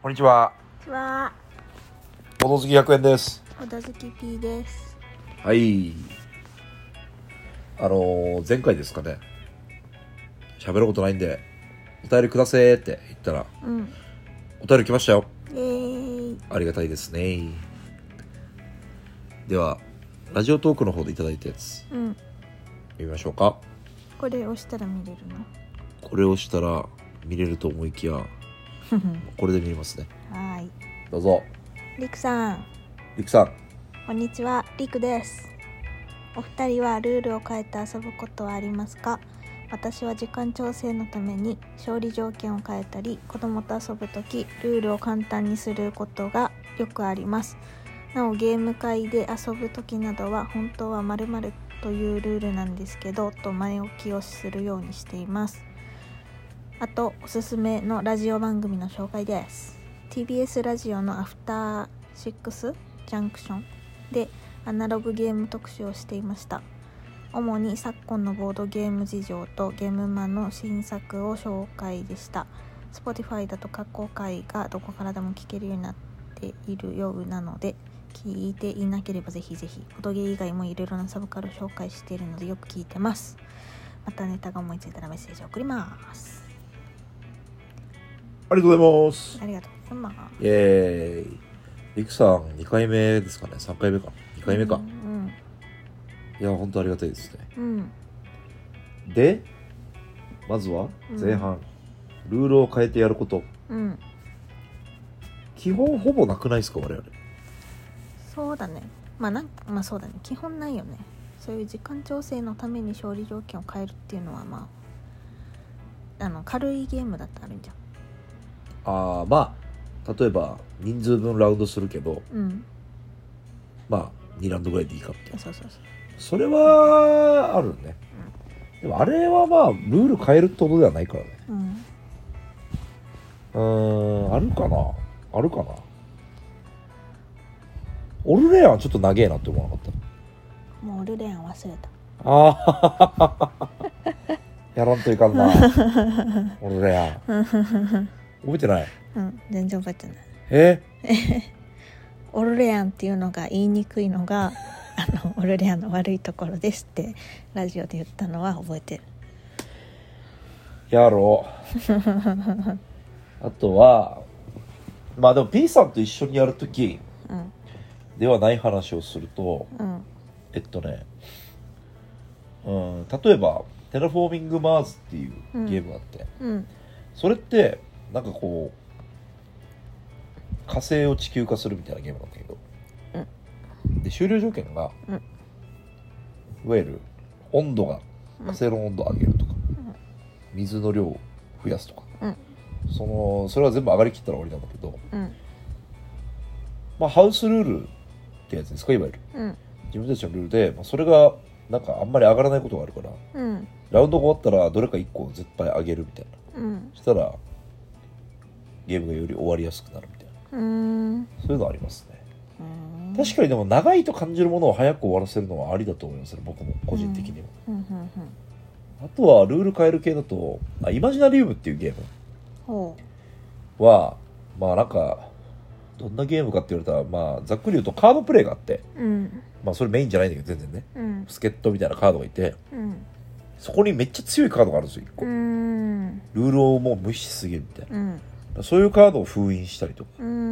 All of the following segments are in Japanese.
こんにちは。 こんにちは。 ほどずき100円です。 ほどずき P です。 はい。前回ですかね。喋ることないんで、お便りくだせーって言ったら、お便り来ましたよ。ありがたいですね。では、ラジオトークの方でいただいたやつ、読みましょうか。 これ押したら見れるの？ これをしたら見れると思いきや、これで見れますね。 はい。 どうぞ。 りくさん。 りくさん。 こんにちは、りくです。お二人はルールを変えて遊ぶことはありますか？私は時間調整のために勝利条件を変えたり、子供と遊ぶときルールを簡単にすることがよくあります。なおゲーム会で遊ぶときなどは本当は〇〇というルールなんですけどと前置きをするようにしています。あとおすすめのラジオ番組の紹介です。 TBS ラジオのアフターシックスジャンクションでアナログゲーム特集をしていました。主に昨今のボードゲーム事情とゲームマの新作を紹介でした。 Spotify だと過去回がどこからでも聞けるようになっているようなので、聞いていなければぜひぜひ。ボードゲー以外もいろいろなサブカルを紹介しているのでよく聞いてます。またネタが思いついたらメッセージを送ります。 ありがとうございます。 ありがとうございます。 イエーイ。りくさん2回目ですかね。3回目か2回目か。いや本当ありがたいですね。でまずは前半、ルールを変えてやること、基本ほぼなくないですか我々。 そうだね。まあそうだね、基本ないよね。そういう時間調整のために勝利条件を変えるっていうのは軽いゲームだったらあるんじゃん。 まあ例えば人数分ラウンドするけど、まあ2ラウンドぐらいでいいかみたいな。それはあるね。でもあれはまあルール変えるってことではないからね。あるかな。オルレアンちょっと長えなって思わなかった。 もうオルレアン忘れた。 やらんといかんな。オルレアン覚えてない？ 全然覚えてない。オルレアンっていうのが言いにくいのがオルレアンの悪いところですってラジオで言ったのは覚えてる。 やろう。あとはまあでも P さんと一緒にやるときではない話をすると、例えばテラフォーミングマーズっていうゲームがあって、それってなんかこう火星を地球化するみたいなゲームなんだけど、で終了条件が、いわゆる温度が火星の温度を上げるとか、水の量を増やすとか、それは全部上がりきったら終わりなんだけど、まあハウスルールってやつですか、いわゆる、自分たちのルールで、それがなんかあんまり上がらないことがあるから、ラウンドが終わったらどれか1個絶対上げるみたいな、そしたらゲームがより終わりやすくなるみたいな、そういうのありますね。確かにでも長いと感じるものを早く終わらせるのはありだと思いますね、僕も個人的には。あとはルール変える系だとイマジナリウムっていうゲームはまあなんかどんなゲームかって言われたら、まあざっくり言うとカードプレイがあって、まあそれメインじゃないんだけど全然ね、助っ人みたいなカードがいて、そこにめっちゃ強いカードがあるんですよ1個。ルールをもう無視しすぎるみたいな、そういうカードを封印したりとか、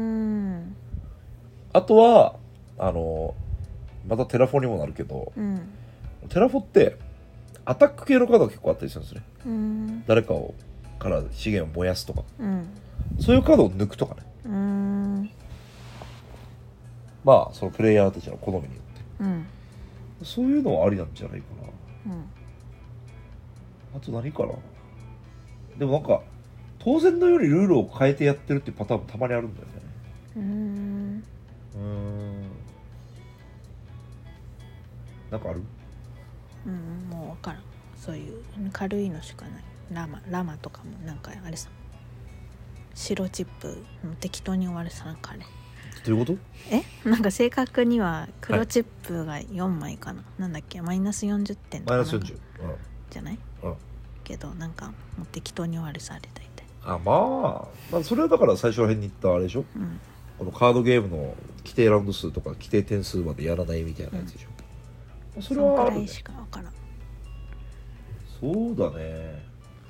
あとはまたテラフォにもなるけど、テラフォってアタック系のカードが結構あったりするんですね。誰かから資源を燃やすとか、そういうカードを抜くとかね。まあそのプレイヤーたちの好みによって、そういうのはありなんじゃないかな。あと何かな。でもなんか当然のようにルールを変えてやってるっていうパターンもたまにあるんだよね。なんかある？ もう分からん。そういう軽いのしかない。ラマとかもなんかあれさ、白チップ適当に終わるさ、なんかあれどういうこと？ なんか正確には黒チップが4枚かな、なんだっけ、マイナス40点とかマイナス40、 じゃない、けどなんかもう適当に終わるさ、あれ大体。 まあそれはだから最初ら辺に言ったあれでしょ、このカードゲームの規定ラウンド数とか規定点数までやらないみたいなやつでしょ、それはあるね。 そんくらいしか分からん。 そうだね。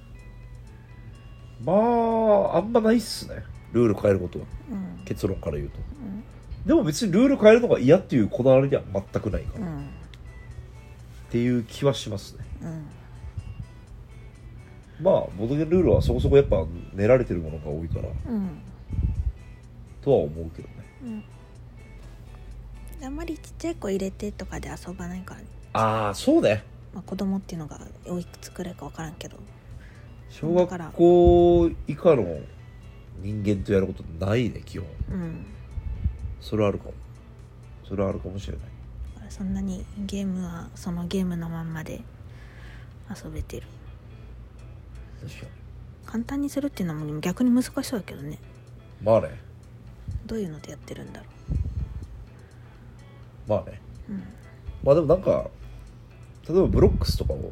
あんまないっすね、ルール変えることは、結論から言うと、でも別にルール変えるのが嫌っていうこだわりでは全くないから、っていう気はしますね。ボードゲームルールはそこそこやっぱ練られてるものが多いから、とは思うけどね。 あんまりちっちゃい子入れてとかで遊ばないからね。 そうね。 子供っていうのがおいくつくらいか分からんけど、 小学校以下の人間とやることないね、基本。それはあるかもしれない。 そんなにゲームはそのゲームのまんまで遊べてる。 確かに簡単にするっていうのも逆に難しそうだけどね。 まあね。 どういうのでやってるんだろまあね、でもなんか例えばブロックスとかを、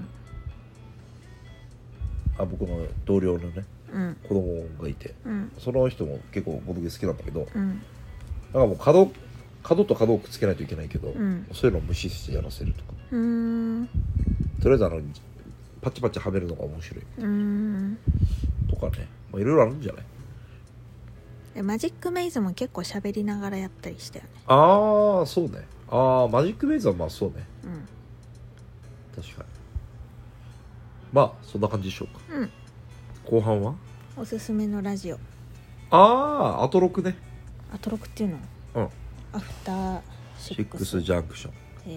僕の同僚のね、子供がいて、その人も結構ボドゲ好きなんだけど、なんかもう角と角をくっつけないといけないけど、そういうのを無視してやらせるとか、とりあえずパチパチはめるのが面白いとかね、いろいろあるんじゃない。 マジックメイズも結構喋りながらやったりしたよね。 そうね。マジックメイズはそうね、確かに。そんな感じでしょうか。後半はおすすめのラジオ。 アトロクね。 アトロクっていうの？アフターシックスジャンクション。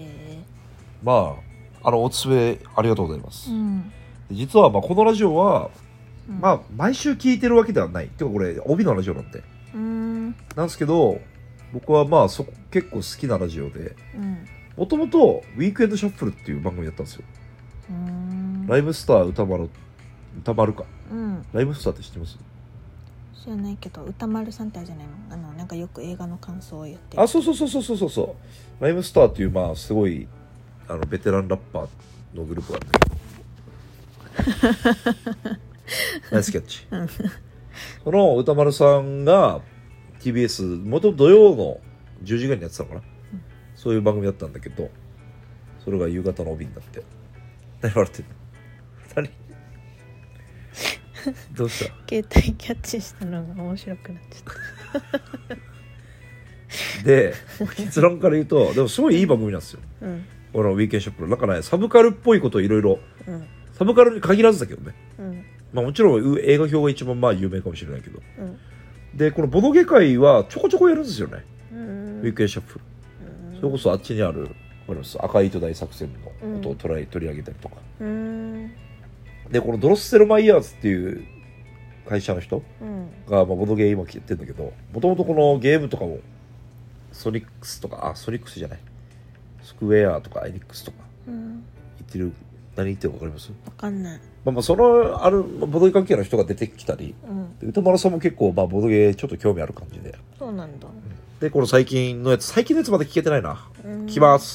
おすすめありがとうございます。実はこのラジオは毎週聞いてるわけではない。てかこれ帯のラジオなんですけど、僕は結構好きなラジオで、もともとウィークエンドシャッフルっていう番組やったんですよ。ライムスター歌丸か、ライムスターって知ってます？ 知らないけど、歌丸さんってあれじゃないの？なんかよく映画の感想を言ってる。 そう。ライムスターっていうすごいベテランラッパーのグループがあってナイスキャッチ。その歌丸さんが TBS 元土曜の10時ぐらいにやってたのかな、そういう番組だったんだけど、それが夕方の帯になって。何笑ってんの？何どうした？ 携帯キャッチしたのが面白くなっちゃったで、結論から言うと、でもすごいいい番組なんですよ、このウィーケンショップの。なんかね、サブカルっぽいことをいろいろ、サブカルに限らずだけどね、もちろん映画表が一番有名かもしれないけど、でこのボドゲ界はちょこちょこやるんですよね、ウィークエンシャッフル。それこそあっちにある赤い糸大作戦のことを取り上げたりとか、でこのドロッセルマイヤーズっていう会社の人が、ボドゲ今やってるんだけど、もともとこのゲームとかもソニックスとか、ソニックスじゃない、スクエアとかエニックスとか言ってる、何言ってるか分かります？ 分かんない。 そのボドゲ関係の人が出てきたり、歌丸さんも結構ボドゲちょっと興味ある感じで。 そうなんだ。 でこの最近のやつまで聞けてないな。聞きます。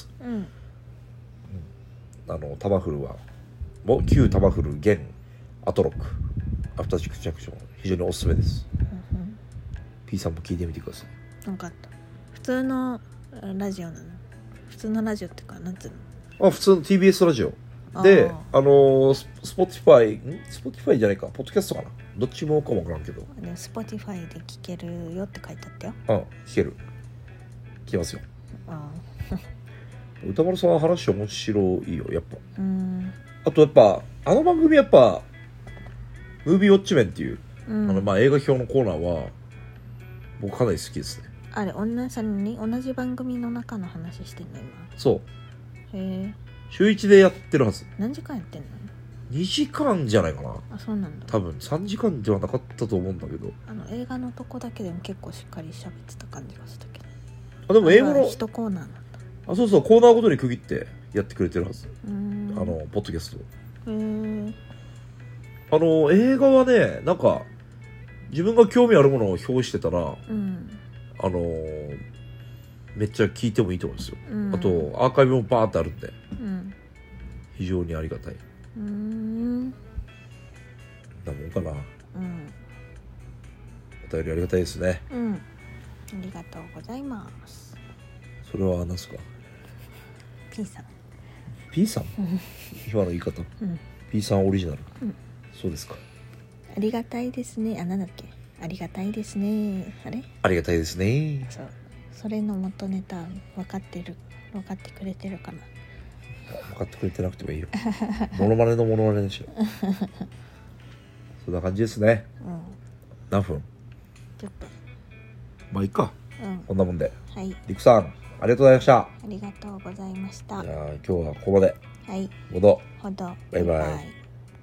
タマフルは旧タマフル現アトロックアフターシックスジャンクション非常におすすめです。P さんも聞いてみてください。 分かった。普通のラジオなの？普通のラジオってかなんつうの？ 普通の TBS ラジオで、Spotify じゃないか、ポッドキャストかな、どっちもかもわからんけど、 Spotify で聞けるよって書いてあったよ。 聞ける、聞けますよ。歌丸さんは話面白いよやっぱ。あとやっぱ番組ムービーウォッチメンっていう、映画表のコーナーは僕かなり好きですね。 あれ同じ番組の中の話してんの今？ そう。 へえ。 週1でやってるはず。 何時間やってんの ？2時間じゃないかな。 そうなんだ。 多分3時間ではなかったと思うんだけど、 映画のとこだけでも結構しっかり喋ってた感じがしたけど。でも英語の一コーナーなんだ。 そうそう、コーナーごとに区切ってやってくれてるはず。ポッドキャスト。映画はね、なんか自分が興味あるものを表してたら、めっちゃ聞いてもいいと思うんですよ。あとアーカイブもバーってあるんで、非常にありがたい。なもんかな。 お便りありがたいですね。 うん、ありがとうございます。 それは何すか？ P さん。 P さん今の言い方、P さんオリジナル、そうですか。 ありがたいですね。なんだっけ、ありがたいですね、 ありがたいですね。 それの元ネタ分かってくれてるかな。 分かってくれてなくてもいいよモノマネのモノマネでしょそんな感じですね。何分 ？10分。 まあいいか、こんなもんで。 はい、 りくさんありがとうございました。 ありがとうございました。 じゃあ今日はここまで。 はい、 ほどババイバイ。